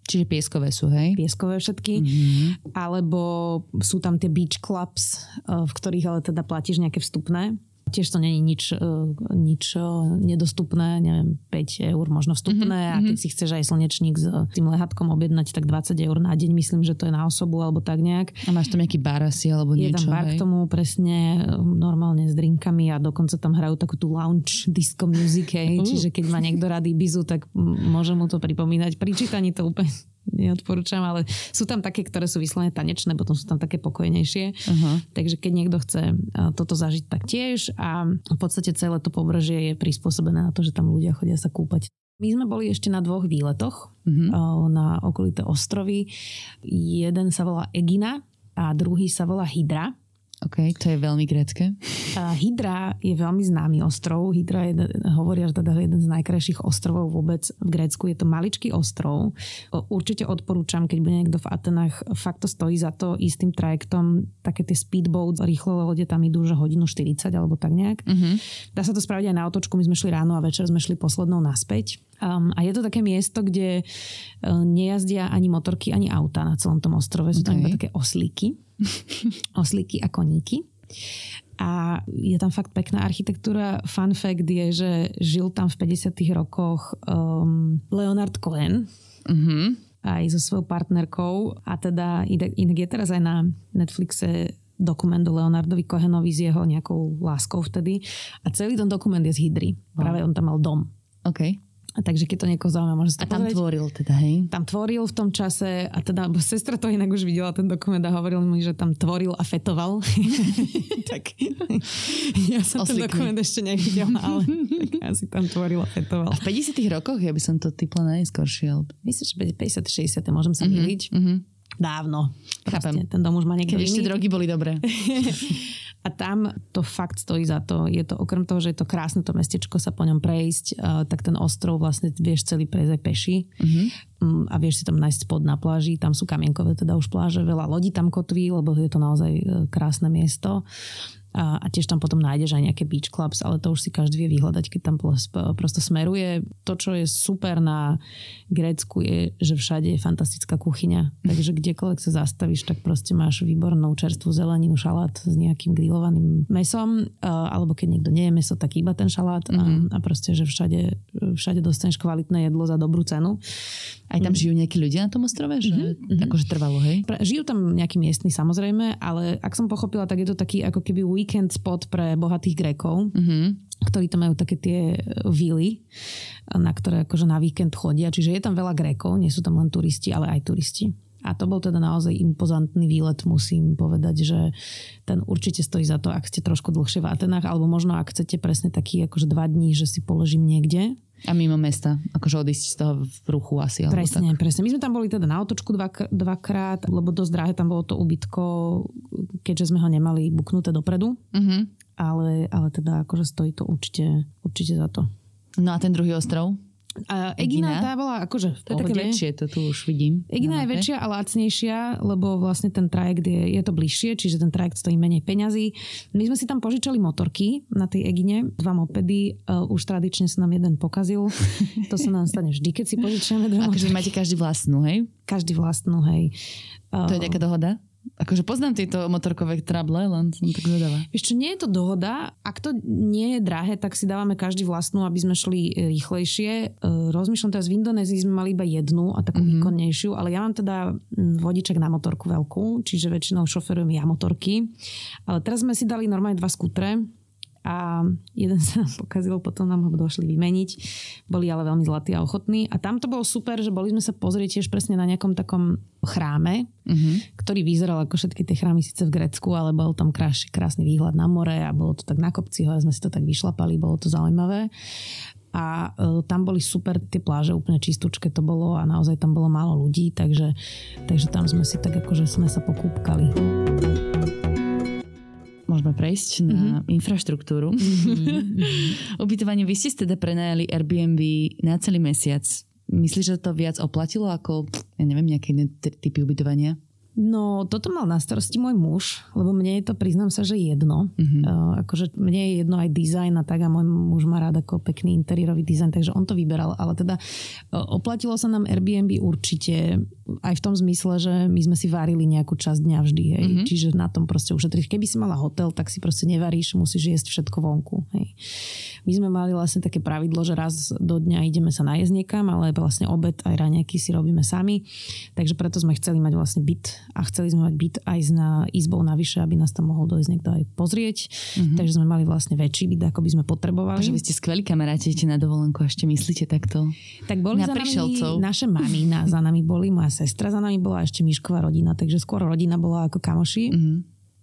Čiže pieskové sú, hej? Pieskové všetky. Mm-hmm. Alebo sú tam tie beach clubs, v ktorých ale teda platíš nejaké vstupné. Tiež to nie je nič, nič nedostupné, neviem, päť eur možno vstupné mm-hmm. a keď si chceš aj slnečník s tým lehatkom objednať, tak dvadsať eur na deň, myslím, že to je na osobu alebo tak nejak. A máš tam nejaký bar asi alebo je niečo, tam bar hej? k tomu presne normálne s drinkami a dokonca tam hrajú takú tú lounge disco music, hej. Uh. Čiže keď má niekto rád Ibizu, tak môže mu to pripomínať. Pri čítaní to úplne neodporúčam, ale sú tam také, ktoré sú vyslovene tanečné, potom sú tam také pokojnejšie. Uh-huh. Takže keď niekto chce toto zažiť, tak tiež a v podstate celé to pobrežie je prispôsobené na to, že tam ľudia chodia sa kúpať. My sme boli ešte na dvoch výletoch uh-huh. na okolité ostrovy. Jeden sa volá Egina a druhý sa volá Hydra. OK, to je veľmi grécke. Uh, Hydra je veľmi známy ostrov. Hydra je, hovoria, že teda jeden z najkrajších ostrovov vôbec v Grécku. Je to maličký ostrov. Určite odporúčam, keď bude niekto v Atenách, fakt to stojí za to ísť tým trajektom. Také tie speedboat, rýchle lode tam idú, že hodinu štyridsať alebo tak nejak. Uh-huh. Dá sa to spraviť aj na otočku. My sme šli ráno a večer sme šli poslednou naspäť. Um, a je to také miesto, kde uh, nejazdia ani motorky, ani auta na celom tom ostrove. Sú tam okay. iba také oslíky. Oslíky a koníky. A je tam fakt pekná architektúra. Fun fact je, že žil tam v päťdesiatych rokoch um, Leonard Cohen uh-huh. aj so svojou partnerkou a teda inak je teraz aj na Netflixe dokument o Leonardovi Cohenovi s jeho nejakou láskou vtedy a celý ten dokument je z Hydry. Práve on tam mal dom. OK. A takže keď to niekoho zaujíma, môže sa to A tam pozrieť. tvoril teda, hej? Tam tvoril v tom čase a teda, bo sestra to inak už videla ten dokument a hovoril mi, že tam tvoril a fetoval. Tak ja som Oslíkny. Ten dokument ešte nevidela, ale asi tam tvoril a fetoval. A v päťdesiatych rokoch? Ja by som to typla najskôršie. Myslím, že päťdesiate šesťdesiate môžem sa myliť. Mm-hmm. Dávno. Chápem. Ten dom už má niekto iný. Keď ešte drogy boli dobré. A tam to fakt stojí za to. Je to okrem toho, že je to krásne to mestečko sa po ňom prejsť, uh, tak ten ostrov vlastne vieš celý prejsť aj peši. Mm-hmm. Um, a vieš si tam nájsť spod na pláži. Tam sú kamienkové teda už pláže. Veľa lodí tam kotví, lebo je to naozaj uh, krásne miesto. A, a tiež tam potom nájdeš aj nejaké beach clubs, ale to už si každý vie vyhľadať, keď tam prosto smeruje. To, čo je super na Grécku je, že všade je fantastická kuchyňa. Takže kdekoľvek sa zastavíš, tak proste máš výbornú čerstvú zeleninu, šalát s nejakým grillovaným mesom, alebo keď niekto nie je meso, tak iba ten šalát mm-hmm. a, a proste, že všade, všade dostaneš kvalitné jedlo za dobrú cenu. Aj tam žijú nejakí ľudia na tom ostrove? Že mm-hmm. akože trvalo, hej? Žijú tam nejakí miestni, samozrejme, ale ak som pochopila, tak je to taký ako keby weekend spot pre bohatých Grékov, mm-hmm. ktorí tam majú také tie vily, na ktoré akože na víkend chodia. Čiže je tam veľa Grékov, nie sú tam len turisti, ale aj turisti. A to bol teda naozaj impozantný výlet, musím povedať, že ten určite stojí za to, ak ste trošku dlhšie v Atenách, alebo možno ak chcete presne taký akože dva dní, že si položím niekde. A mimo mesta, akože odísť z toho v ruchu asi. Presne, tak. presne. My sme tam boli teda na otočku dva, dvakrát, lebo dosť drahé tam bolo to ubytko, keďže sme ho nemali buknuté dopredu. Mm-hmm. Ale, ale teda akože stojí to určite, určite za to. No a ten druhý ostrov? A Egina, tá bola akože v pohode. To je také väčšie, to tu už vidím. Egina je väčšia a lacnejšia, lebo vlastne ten trajekt je, je to bližšie, čiže ten trajekt stojí menej peňazí. My sme si tam požičali motorky na tej Egine, dva mopedy, uh, už tradične sa nám jeden pokazil. To sa nám stane vždy, keď si požičiame dva motorky. Akože máte každý vlastnú, hej? Každý vlastnú, hej. Uh, to je nejaká dohoda? Akože poznám tieto motorkové trable, len som tak zvedavá. Vieš čo, nie je to dohoda. Ak to nie je drahé, tak si dávame každý vlastnú, aby sme šli rýchlejšie. Rozmýšľam teraz, v Indonézii sme mali iba jednu a takú mm-hmm. výkonnejšiu, ale ja mám teda vodiček na motorku veľkú, čiže väčšinou šoferujem ja motorky. Ale teraz sme si dali normálne dva skútre a jeden sa nám pokazil, potom nám ho došli vymeniť. Boli ale veľmi zlatí a ochotní. A tam to bolo super, že boli sme sa pozrieť tiež presne na nejakom takom chráme, mm-hmm. ktorý vyzeral ako všetky tie chrámy síce v Grécku, ale bol tam krásny, krásny výhľad na more a bolo to tak na kopci, hore sme si to tak vyšlapali, bolo to zaujímavé. A e, tam boli super tie pláže, úplne čistúčke to bolo a naozaj tam bolo málo ľudí, takže, takže tam sme si tak akože sme sa pokúpkali. Môžeme prejsť na mm-hmm. infraštruktúru. Mm-hmm. Ubytovanie, vy ste teda prenajali Airbnb na celý mesiac. Myslíš, že to viac oplatilo ako, ja neviem, nejaké iné typy ubytovania? No, toto mal na starosti môj muž, lebo mne je to, priznám sa, že jedno. Mm-hmm. Uh, akože mne je jedno aj dizajn a tak a môj muž má rád ako pekný interiérový dizajn, takže on to vyberal. Ale teda uh, oplatilo sa nám Airbnb určite aj v tom zmysle, že my sme si varili nejakú časť dňa vždy, hej. Mm-hmm. Čiže na tom proste ušetriť. Keby si mala hotel, tak si proste nevaríš, musíš jesť všetko vonku, hej. My sme mali vlastne také pravidlo, že raz do dňa ideme sa najesť niekam, ale vlastne obed aj raňajky si robíme sami. Takže preto sme chceli mať vlastne byt a chceli sme mať byt aj na izbou navyše, aby nás tam mohol dojsť niekto aj pozrieť. Mm-hmm. Takže sme mali vlastne väčší byt, ako by sme potrebovali. Takže vy ste skvelí kamaráti, idete na dovolenku a ešte myslíte takto? Tak boli za nami naše mami, na, za nami boli, moja sestra za nami bola, ešte Mišková rodina, takže skôr rodina bola ako kamoši. Mm-hmm.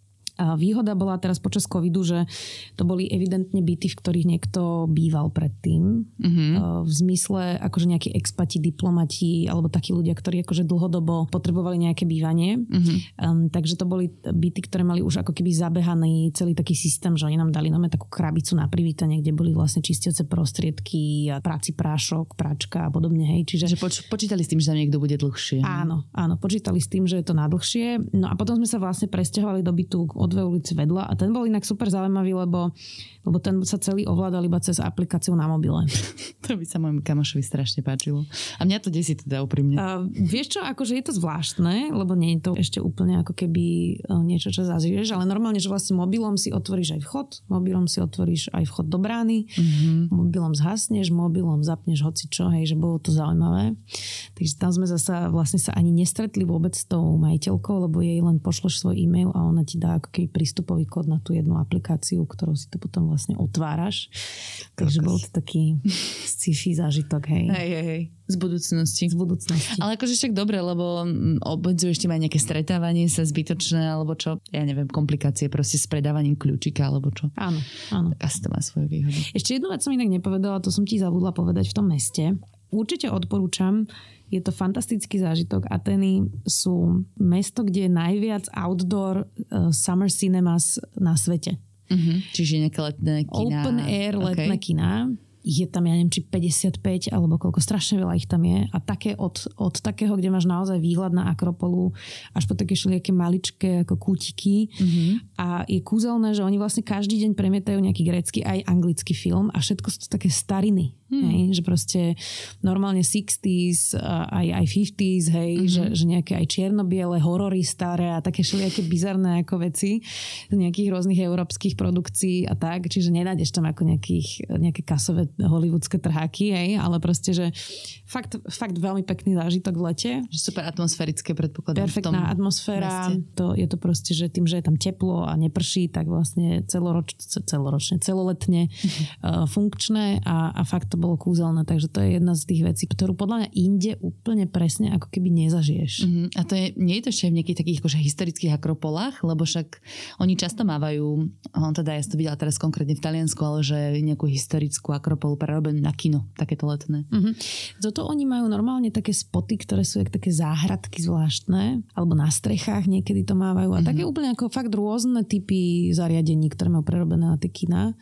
A výhoda bola teraz počas covidu, že to boli evidentne byty, v ktorých niekto býval predtým. Mm-hmm. V zmysle akože nejakí expati, diplomati alebo takí ľudia, ktorí akože dlhodobo potrebovali nejaké bývanie. Mm-hmm. Um, takže to boli byty, ktoré mali už ako keby zabehaný celý taký systém, že oni nám dali nám takú krabicu na privítanie, kde boli vlastne čistiace prostriedky, práci prášok, práčka a podobne. Hej. Čiže že poč- počítali s tým, že tam niekto bude dlhšie. Áno, áno, počítali s tým, že je to nadlhšie. No a potom sme sa vlastne presťahovali do bytu o dve ulice vedľa a ten bol inak super zaujímavý, lebo, lebo ten sa celý ovládal iba cez aplikáciu na mobile. To by sa môjmu kamošovi strašne páčilo. A mňa to desí teda úprimne. Uh, vieš čo, akože je to zvláštne, lebo nie je to ešte úplne ako keby niečo, čo zažiješ, ale normálne, že vlastne mobilom si otvoríš aj vchod, mobilom si otvoríš aj vchod do brány, mm-hmm. mobilom zhasneš, mobilom zapneš hocičo, hej, že bolo to zaujímavé. Takže tam sme zasa vlastne sa ani nestretli vôbec s tou majiteľkou, lebo jej len pošleš svoj e-mail a ona ti dá ako keby prístupový kód na tú jednu aplikáciu, ktorou si to potom vlastne otváraš. Takže bol to taký sci-fi zážitok, hej. Hej, hej, hej. Z budúcnosti. Z budúcnosti. Ale akože však dobre, lebo obmedzuješ ešte aj nejaké stretávanie sa zbytočné, alebo čo, ja neviem, komplikácie proste s predávaním kľúčika, alebo čo. Áno, áno. Tak asi to má svoje výhody. Ešte jednu vec som inak nepovedala, to som ti zabudla povedať v tom meste. Určite odporúčam, je to fantastický zážitok. Atény sú mesto, kde je najviac outdoor uh, summer cinemas na svete. Uh-huh. Čiže nejaké letné kina. Open air letné okay. kina. Je tam, ja neviem, či päťdesiatpäť alebo koľko, strašne veľa ich tam je. A také od, od takého, kde máš naozaj výhľad na Akropolu, až po také všelijaké maličké ako kútiky. Mm-hmm. A je kúzelné, že oni vlastne každý deň premietajú nejaký grécky aj anglický film a všetko sú to také stariny. Mm. Hej, že proste normálne šesťdesiates, aj, aj päťdesiates, hej, mm-hmm. že, že nejaké aj čierno-biele horory staré a také všelijaké bizarné ako veci z nejakých rôznych európskych produkcií a tak. Čiže nenájdeš tam ako nejakých, nejaké kasové hollywoodske trháky, hej, ale proste, že fakt, fakt veľmi pekný zážitok v lete. Super atmosférické, predpokladám. Perfektná atmosféra. To, je to proste, že tým, že je tam teplo a neprší, tak vlastne celoroč, celoročne, celoletne mm-hmm. uh, funkčné a, a fakt to bolo kúzelné. Takže to je jedna z tých vecí, ktorú podľa mňa inde úplne presne ako keby nezažiješ. Mm-hmm. A to je, nie je to ešte v nejakých takých akože historických akropolách, lebo však oni často mávajú, on teda ja som to videla teraz konkrétne v Taliansku, ale že nejakú historickú akropolu prerobenú na kino, takéto letné. Mm-hmm. Toto oni majú normálne také spoty, ktoré sú jak také záhradky zvláštne, alebo na strechách niekedy to mávajú a mm-hmm. také úplne ako fakt rôzne typy zariadení, ktoré majú prerobené na tie kina.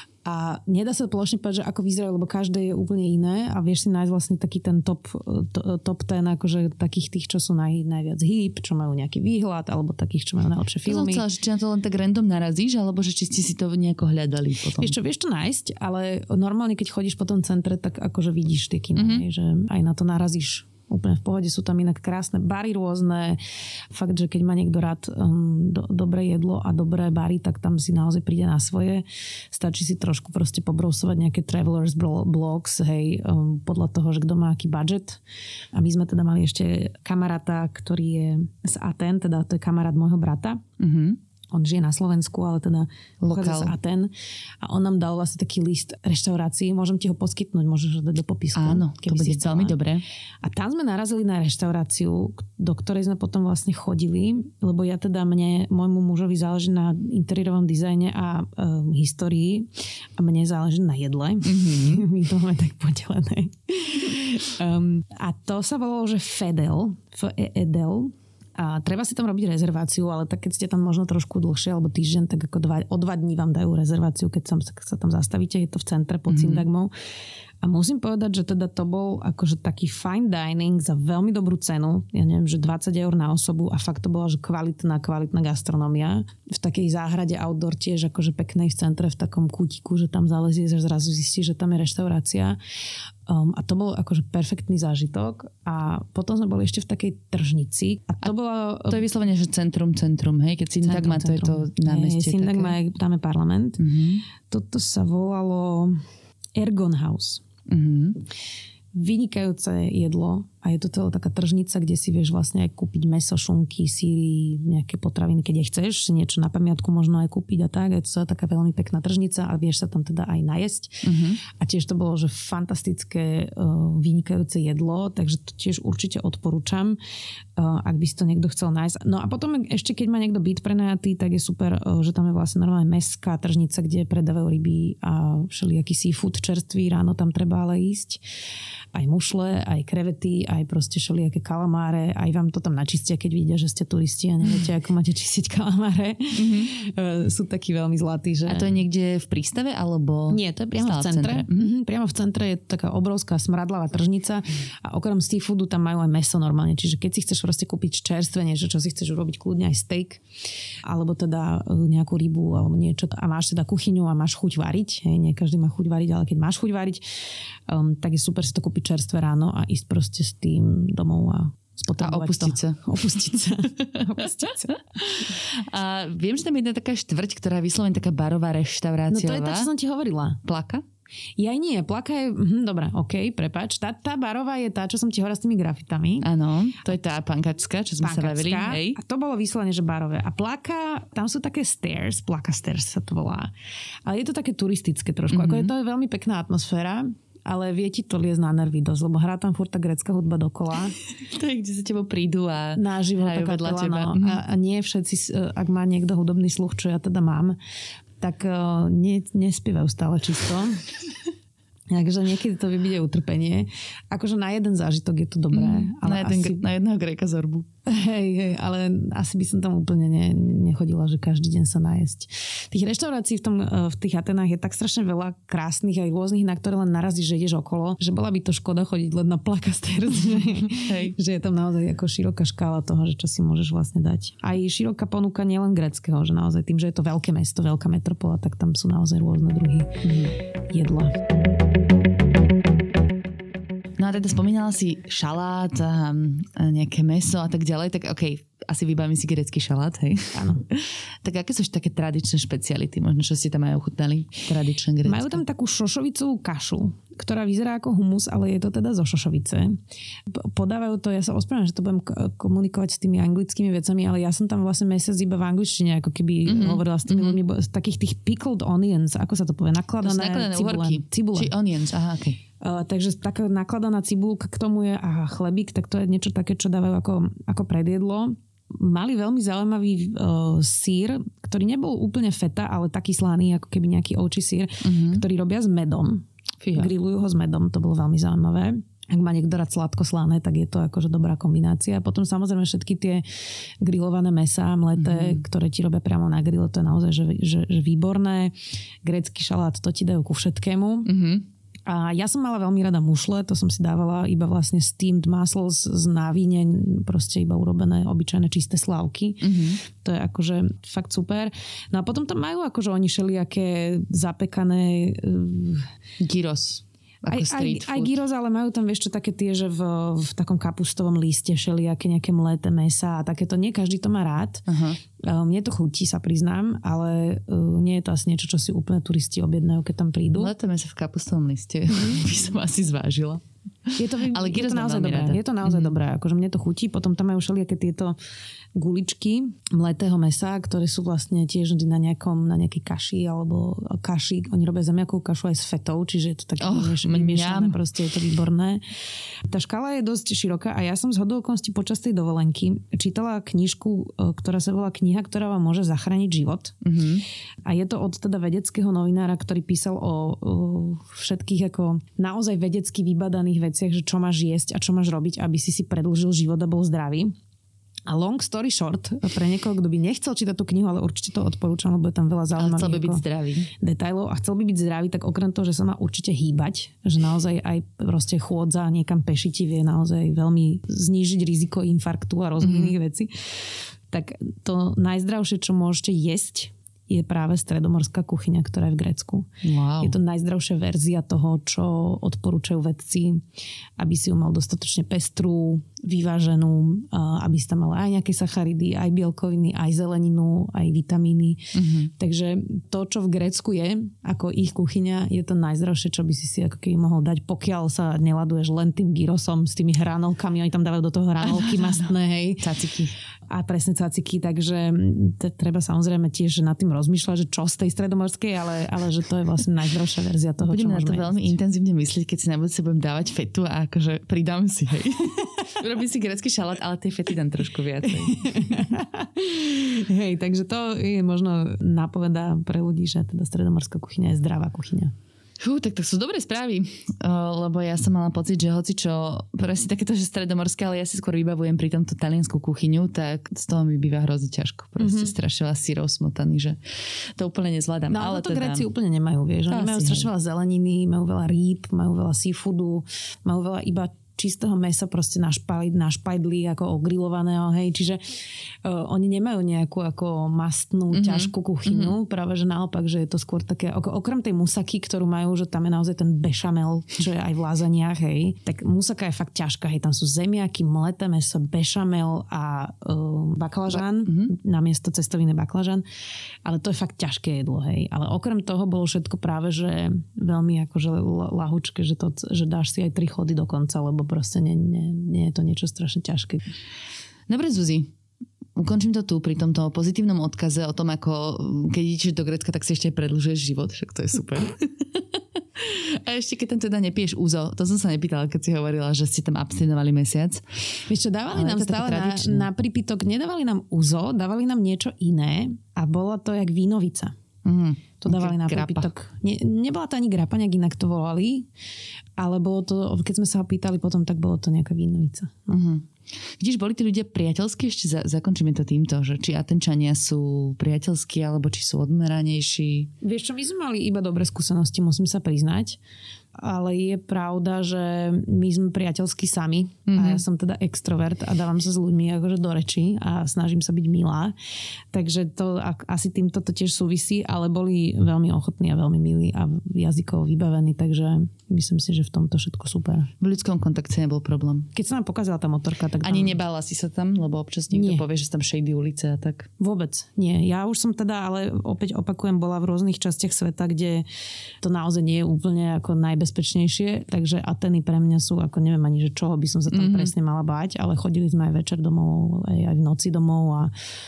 A nedá sa plošne povedať, že ako vyzerajú, lebo každé je úplne iné a vieš si nájsť vlastne taký ten top, to, top ten, akože takých tých, čo sú naj, najviac hip, čo majú nejaký výhľad, alebo takých, čo majú najlepšie filmy. To som chcela, že či na to len tak random narazíš, alebo že či ste si to nejako hľadali potom. Vieš čo, vieš to nájsť, ale normálne, keď chodíš po tom centre, tak akože vidíš tie kina, mm-hmm. že aj na to narazíš. Úplne v pohode, sú tam inak krásne bary rôzne. Fakt, že keď má niekto rád um, do, dobré jedlo a dobré bary, tak tam si naozaj príde na svoje. Stačí si trošku proste pobrousovať nejaké travelers blogs, hej, um, podľa toho, že kto má aký budget. A my sme teda mali ešte kamaráta, ktorý je z Aten, teda to je kamarát môjho brata. Mhm. On žije na Slovensku, ale teda pochádza z Aten. A on nám dal vlastne taký list reštaurácií. Môžem ti ho poskytnúť, môžeš ho dať do popisku. Áno, to bude veľmi dobré. A tam sme narazili na reštauráciu, do ktorej sme potom vlastne chodili, lebo ja teda mne, môjmu mužovi záleží na interiérovom dizajne a um, histórii a mne záleží na jedle. Mm-hmm. My to máme tak podelené. um, a to sa volalo, že Fedel. F-E-E-D-E-L. A treba si tam robiť rezerváciu, ale tak keď ste tam možno trošku dlhšie alebo týždeň, tak ako dva, o dva dní vám dajú rezerváciu, keď sa, sa tam zastavíte, je to v centre pod mm-hmm. Syntagmou. A musím povedať, že teda to bol akože taký fine dining za veľmi dobrú cenu. Ja neviem, že dvadsať eur na osobu a fakt to bola, že kvalitná, kvalitná gastronomia. V takej záhrade outdoor tiež akože peknej v centre, v takom kútiku, že tam zalezieš a zrazu zistíš, že tam je reštaurácia. Um, a to bol akože perfektný zážitok. A potom sme boli ešte v takej tržnici. A to, a bolo, to je vyslovene, že centrum, centrum, hej? Keď Syntagma, to je to námestie také. Syntagma, tam je parlament. Mm-hmm. Toto sa volalo Ergon House. Mm-hmm. Vynikajúce jedlo a je to celá taká tržnica, kde si vieš vlastne aj kúpiť mäso, šunky, síry, nejaké potraviny, keď je chceš, niečo na pamiatku možno aj kúpiť a tak. Je to celá taká veľmi pekná tržnica a vieš sa tam teda aj najesť. Mm-hmm. A tiež to bolo, že fantastické, vynikajúce jedlo, takže to tiež určite odporúčam, ak by si to niekto chcel nájsť. No a potom ešte, keď má niekto byt prenajatý, tak je super, že tam je vlastne normálne mestská tržnica, kde predávajú ryby a všelijaký seafood čerstvý, ráno tam treba ale ísť. Aj mušle, aj krevety, aj proste všelijaké kalamáre, aj vám to tam načistia, keď vidia, že ste turisti a neviete, ako máte čistiť kalamáre. Mm-hmm. Sú takí veľmi zlatí. Že... A to je niekde v prístave, alebo... Nie, to je priamo v centre. V centre. Mm-hmm. Priamo v centre je taká obrovská smradlavá tržnica a okrem seafoodu tam majú aj mäso normálne. Čiže keď si chceš proste kúpiť čerstvé niečo, čo si chceš urobiť kľudne aj steak, alebo teda nejakú rybu, alebo niečo a máš teda kuchyňu a máš chuť variť. Hej, nie každý má chuť variť, ale keď máš chuť variť, um, tak je super si to kúpiť čerstvé ráno a ísť proste s tým domov a spotrebovať a opustiť to. sa. Opustiť sa. Opustiť sa. A viem, že tam je jedna taká štvrť, ktorá je vyslovene taká barová reštaurácia. No to je to, čo som ti hovorila. Plaka? Ja nie, Plaka je... Hm, dobré, okej, okay, prepáč. Tá, tá barová je tá, čo som ti hovorila s tými grafitami. Áno, to je tá pankačská, čo sme pankačská, sa bavili. Hej. A to bolo vyslovene, že barové. A Plaka, tam sú také stairs, Plaka stairs sa to volá. Ale je to také turistické trošku. Mm-hmm. Ako je to veľmi pekná atmosféra. Ale vie ti to liesť na nervy dosť, lebo hrá tam furt tá grécka hudba dokola. To je, kde sa tebo prídu a náživo taká tela, no. A, a nie všetci, ak má niekto hudobný sluch, čo ja teda mám, tak uh, nie, nespievajú stále čisto. Takže niekedy to vybíde utrpenie. Akože na jeden zážitok je to dobré. Mm, ale na, jeden, asi... na jedného Gréka zorbu. Hej, hej, ale asi by som tam úplne ne, nechodila, že každý deň sa nájsť. Tých reštaurácií v, tom, v tých Atenách je tak strašne veľa krásnych aj rôznych, na ktoré len narazíš, že ideš okolo, že bola by to škoda chodiť len na Plaka stairs. Hej. Že je tam naozaj ako široká škála toho, že čo si môžeš vlastne dať. Aj široká ponuka nielen gréckeho, že naozaj tým, že je to veľké mesto, veľká metropola, tak tam sú naozaj rôzne druhy mm. jedla. No a teda spomínala si šalát a nejaké mäso a tak ďalej, tak okej, okay, asi vybavím si grécky šalát, hej? Áno. Tak aké sú také tradičné špeciality? Možno, čo ste tam aj ochutnali? Tradičné grécké. Majú tam takú šošovicovú kašu, ktorá vyzerá ako humus, ale je to teda zo šošovice. Podávajú to, ja sa ospravedlňujem, že to budem komunikovať s tými anglickými vecami, ale ja som tam vlastne mesiac iba v angličtine, ako keby mm-hmm. hovorila s tými ľuďmi, mm-hmm. z takých tých pickled onions, ako sa to povie, nakladané cibule. Či onions, aha, okej. Okay. Uh, takže taká nakladaná cibulka k tomu je a chlebík, tak to je niečo také, čo dávajú ako, ako predjedlo. Mali veľmi zaujímavý uh, sír, ktorý nebol úplne feta, ale taký slaný, ako keby nejaký ovčí sír, uh-huh. ktorý robia s medom. Fíha. Grillujú ho s medom, to bolo veľmi zaujímavé. Ak má niekto rád sladko-slané, tak je to akože dobrá kombinácia. Potom samozrejme všetky tie grillované mäsá, mleté, mm-hmm. ktoré ti robia priamo na grille, to je naozaj že, že, že výborné. Grécky šalát, to ti dajú ku všetkému. Mm-hmm. A ja som mala veľmi rada mušle, to som si dávala iba vlastne steamed mussels z návine, proste iba urobené obyčajné čisté slávky. Mm-hmm. To je akože fakt super. No a potom tam majú akože oni šelijaké zapekané... Gyros. Aj, aj, aj gyros, ale majú tam vieš čo také tie, že v, v takom kapustovom liste všelijaké nejaké mleté mäsa a takéto. Nie každý to má rád. Uh-huh. Mne to chutí, sa priznám, ale uh, nie je to asi niečo, čo si úplne turisti objednajú, keď tam prídu. Mleté mäsa v kapustovom liste by som asi zvážila. Je to, ale je to naozaj dobré. Rada. Je to naozaj mm-hmm. dobré. Akože mne to chutí. Potom tam majú všelijaké tieto guličky mletého mäsa, ktoré sú vlastne tiež na nejakom, na nejakej kaši alebo kaši. Oni robia zemiakovú kašu aj s fetou, čiže je to také oh, miešané. Proste je to výborné. Tá škála je dosť široká a ja som z hodou okolností počas tej dovolenky čítala knižku, ktorá sa volá Kniha, ktorá vám môže zachrániť život. Mm-hmm. A je to od teda vedeckého novinára, ktorý písal o, o všetkých ako naozaj vedecky vybadaných veciach, že čo máš jesť a čo máš robiť, aby si si predĺžil život a bol zdravý. A long story short, pre niekoho, kto by nechcel čítať tú knihu, ale určite to odporúčam, lebo je tam veľa zaujímavých chcel by byť zdravý. detailov a chcel by byť zdravý, tak okrem toho, že sa má určite hýbať, že naozaj aj proste chôdza niekam pešiti vie naozaj veľmi znížiť riziko infarktu a rôznych iných vecí, tak to najzdravšie, čo môžete jesť, je práve stredomorská kuchyňa, ktorá je v Grécku. Wow. Je to najzdravšia verzia toho, čo odporúčajú vedci, aby si ju mal dostatočne pestrú, vyváženú, aby si tam mal aj nejaké sacharidy, aj bielkoviny, aj zeleninu, aj vitamíny. Uh-huh. Takže to, čo v Grécku je, ako ich kuchyňa, je to najzdravšie, čo by si si ako keby mohol dať, pokiaľ sa neladuješ len tým gyrosom s tými hranolkami. Oni tam dávajú do toho hranolky mastné, hej. Caciky. A presne caciky, takže t- treba samozrejme tiež nad tým rozmýšľať, že čo z tej stredomorskej, ale, ale že to je vlastne najzdravšia verzia toho, budem čo môžeme na to jesť. veľmi intenzívne myslieť, keď si na budúce budem dávať fetu a akože pridám si, hej. Robím si grécky šalát, ale tej fety dám trošku viacej. Hej, takže to je možno nápoveda pre ľudí, že teda stredomorská kuchyňa je zdravá kuchyňa. Fú, tak to sú dobré správy, uh, lebo ja som mala pocit, že hoci čo, presne takéto, že stredomorské, ale ja si skôr vybavujem pri tomto taliansku kuchyňu, tak z toho mi býva hrozne ťažko. Proste mm-hmm. strašne veľa syrov smotaný, že to úplne nezvládam. No ale to teda... Gréci úplne nemajú, vieš. Oni majú strašne veľa zeleniny, majú veľa rýb, majú veľa seafoodu, majú veľa iba čistého mesa proste našpaliť, našpajdli ako ogrilovaného, hej, čiže uh, oni nemajú nejakú ako mastnú, mm-hmm. ťažkú kuchyňu, mm-hmm. práve že naopak, že je to skôr také, ok, okrem tej musaky, ktorú majú, že tam je naozaj ten bešamel, čo je aj v lázaniach, hej, tak musaka je fakt ťažká, hej, tam sú zemiaky, mleté meso, bešamel a uh, baklažán, mm-hmm. namiesto cestoviny baklažán, ale to je fakt ťažké jedlo, hej, ale okrem toho bolo všetko práve, že veľmi akože lahučké, že, to, že dáš si aj tri chody do konca, lebo proste nie, nie, nie je to niečo strašne ťažké. Dobre, Zuzi, ukončím to tu pri tomto pozitívnom odkaze o tom, ako keď ideš do Grécka, tak si ešte predĺžuješ život, však to je super. A ešte keď tam teda nepiješ úzo, to som sa nepýtala, keď si hovorila, že ste tam abstinovali mesiac. Vieš čo, dávali ale nám stále na, na prípitok, nedávali nám úzo, dávali nám niečo iné a bola to jak vínovica. Mm, to dávali na prípitok. Ne, nebola to ani grapa, nejak inak to volali, ale bolo to, keď sme sa ho pýtali potom, tak bolo to nejaká vínovica. No. Mm-hmm. Vidíš, boli tí ľudia priateľskí? Ešte za, zakončíme to týmto, že či Atenčania sú priateľskí, alebo či sú odmeranejší. Vieš čo, my sme mali iba dobré skúsenosti, musím sa priznať. Ale je pravda, že my sme priateľskí sami mm-hmm. a ja som teda extrovert a dávam sa s ľuďmi akože do rečí a snažím sa byť milá. Takže to asi týmto to tiež súvisí, ale boli veľmi ochotní a veľmi milí a jazykovo vybavení, takže myslím si, že v tomto všetko super. V ľudskom kontakte nebol problém. Keď sa nám pokazila tá motorka, tak... Ani tam... nebála si sa tam, lebo občas niekto povie, že tam shady ulice a tak. Vôbec nie. Ja už som teda, ale opäť opakujem, bola v rôznych častiach sveta, kde to naozaj nie je úplne ako najbezpečnejšie, takže Ateny pre mňa sú, ako neviem ani, že čoho by som sa tam mm-hmm. presne mala báť, ale chodili sme aj večer domov, aj, aj v noci domov a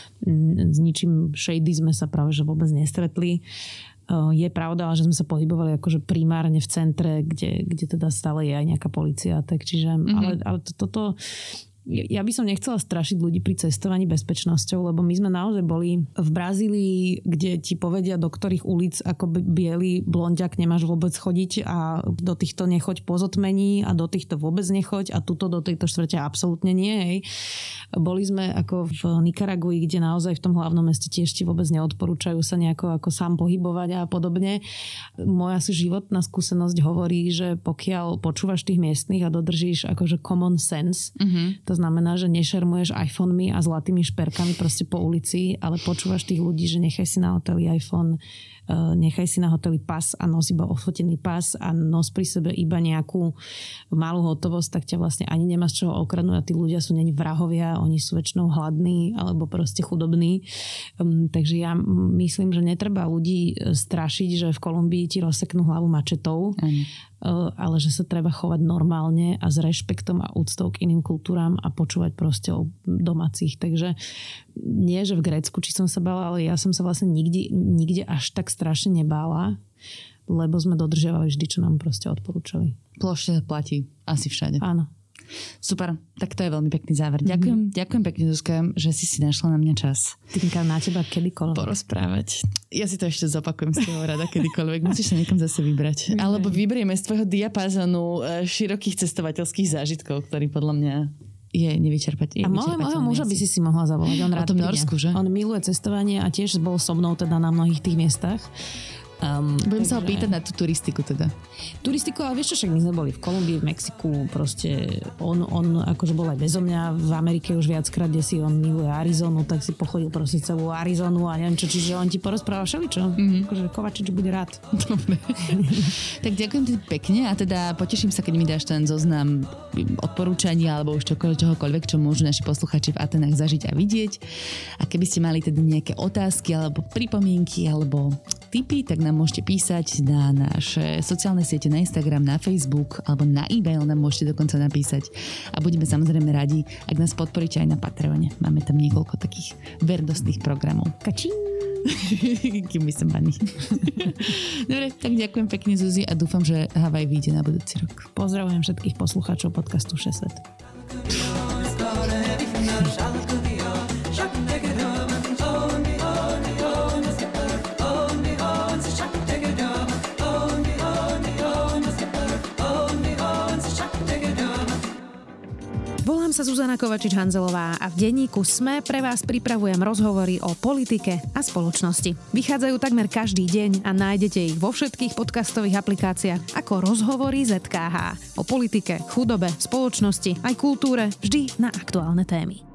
m, s ničím shady sme sa práve že vôbec nestretli. Je pravda, že sme sa pohybovali akože primárne v centre, kde, kde teda stále je aj nejaká polícia, tak čiže, mm-hmm. ale, ale to, toto ja by som nechcela strašiť ľudí pri cestovaní bezpečnosťou, lebo my sme naozaj boli v Brazílii, kde ti povedia, do ktorých ulic ako biely blondiak nemáš vôbec chodiť a do týchto nechoď po zotmení a do týchto vôbec nechoď a tuto do tejto štvrte absolútne nie. Hej. Boli sme ako v Nikaragui, kde naozaj v tom hlavnom meste tiež ti vôbec neodporúčajú sa nejako ako sám pohybovať a podobne. Moja si životná skúsenosť hovorí, že pokiaľ počúvaš tých miestnych a dodržíš akože common sense, mm-hmm. to znamená, že nešermuješ iPhonemi a zlatými šperkami proste po ulici, ale počúvaš tých ľudí, že nechaj si na hoteli iPhone, nechaj si na hoteli pas a nos iba ofotený pas a nos pri sebe iba nejakú malú hotovosť, tak ťa vlastne ani nemá z čoho okradnúť a tí ľudia sú není vrahovia, oni sú väčšinou hladní alebo proste chudobní. Um, takže ja myslím, že netreba ľudí strašiť, že v Kolumbii ti rozseknú hlavu mačetou, Ani. ale že sa treba chovať normálne a s rešpektom a úctou k iným kultúram a počúvať proste o domácich. Takže nie, že v Grécku, či som sa bála, ale ja som sa vlastne nikde, nikde až tak strašne nebála, lebo sme dodržiavali vždy, čo nám proste odporúčali. Plošne platí asi všade. Áno. Super, tak to je veľmi pekný záver. Mm-hmm. Ďakujem, ďakujem pekne, Zuzka, že si si našla na mňa čas. Tinka, na teba kedykoľvek. Porozprávať. Ja si to ešte zopakujem z toho rada kedykoľvek. Musíš sa niekam zase vybrať. Alebo vyberieme z tvojho diapázonu širokých cestovateľských zážitkov, ktorý podľa mňa je nevyčerpať. A môjho, môjho muža by si si mohla zavolať. On rád o tom Norsku, že? On miluje cestovanie a tiež bol so mnou teda na mnohých tých miestach. Um, Budem takže... sa ho pýtať na tú turistiku teda. Turistiku, ale vieš čo, však my sme boli v Kolumbii, v Mexiku, proste on, on akože bol aj bezo mňa v Amerike už viackrát, kde si on miluje Arizonu, tak si pochodil proste celú Arizonu a neviem čo, čiže on ti porozpráva všeličo. Mm-hmm. Akože Kovačič bude rád. Dobre. Tak ďakujem ti pekne a teda poteším sa, keď mi dáš ten zoznam odporúčania alebo už čokoľvek, čohokoľvek, čo môžu naši posluchači v Atenách zažiť a vidieť. A keby ste mali teda nejaké otázky alebo pripomienky alebo tipy, tak nám môžete písať na naše sociálne siete, na Instagram, na Facebook alebo na e-mail nám môžete dokonca napísať a budeme samozrejme radi, ak nás podporíte aj na Patreone. Máme tam niekoľko takých vernostných programov. Kačín! Kým by som pani. Dobre, tak ďakujem pekne, Zuzi, a dúfam, že Havaj vyjde na budúci rok. Pozdravujem všetkých poslucháčov podcastu Všesvet. Volám sa Zuzana Kovačič-Hanzelová a v denníku SME pre vás pripravujem rozhovory o politike a spoločnosti. Vychádzajú takmer každý deň a nájdete ich vo všetkých podcastových aplikáciách ako Rozhovory zet ká há. O politike, chudobe, spoločnosti aj kultúre, vždy na aktuálne témy.